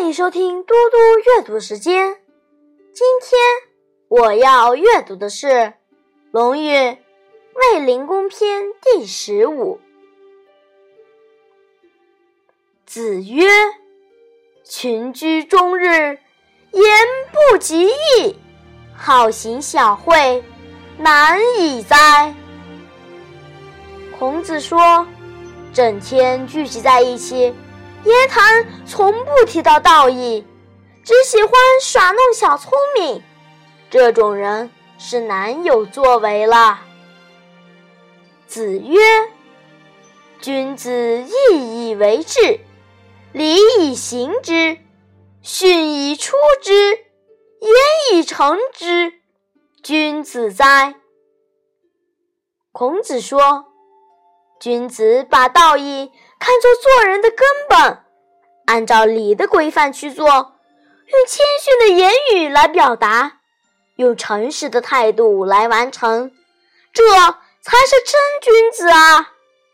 欢迎收听嘟嘟阅读时间。今天我要阅读的是《论语·卫灵公篇》第15。子曰：群居终日，言不及义，好行小惠，难以哉！孔子说，整天聚集在一起，言谈从不提到道义，只喜欢耍弄小聪明，这种人是难有作为了。子曰：君子义以为质，礼以行之，训以出之，言以成之，君子哉！孔子说，君子把道义看作做人的根本，按照礼的规范去做，用谦逊的言语来表达，用诚实的态度来完成，这才是真君子啊！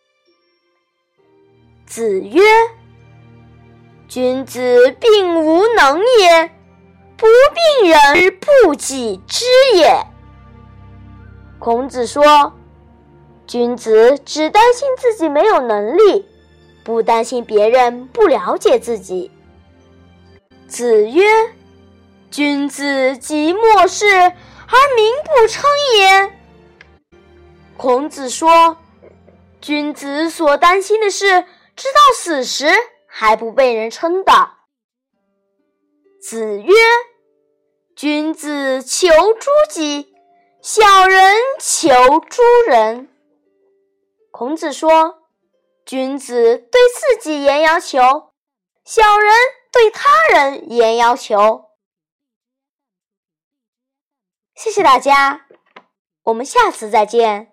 子曰：君子并无能也，不病人而不己知也。孔子说，君子只担心自己没有能力，不担心别人不了解自己。子曰：君子即莫视而民不称也。孔子说，君子所担心的是直到死时还不被人称道。子曰：君子求诸己，小人求诸人。孔子说，君子对自己严要求，小人对他人严要求。谢谢大家，我们下次再见。